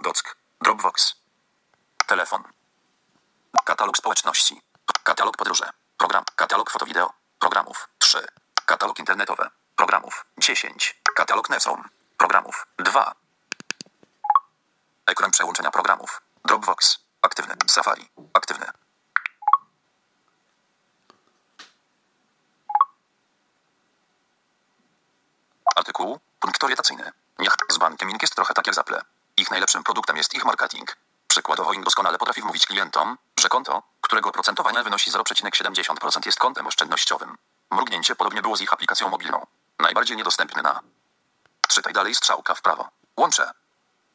Dock. Dropbox. Telefon. Katalog społeczności. Katalog podróże. Program. Katalog foto-wideo. Programów. 3. Katalog internetowy. Programów. 10. Katalog Newsroom. Programów. 2. Ekran przełączenia programów. Dropbox. Aktywny. Safari. Aktywny. Artykuł. Punkt orientacyjny. Niech z bankiem Ink jest trochę tak jak z Apple. Ich najlepszym produktem jest ich marketing. Przykładowo Ink doskonale potrafi wmówić klientom, że konto, którego oprocentowanie wynosi 0,70% jest kontem oszczędnościowym. Mrugnięcie podobnie było z ich aplikacją mobilną. Najbardziej niedostępny na... Czytaj dalej, strzałka w prawo. Łącze.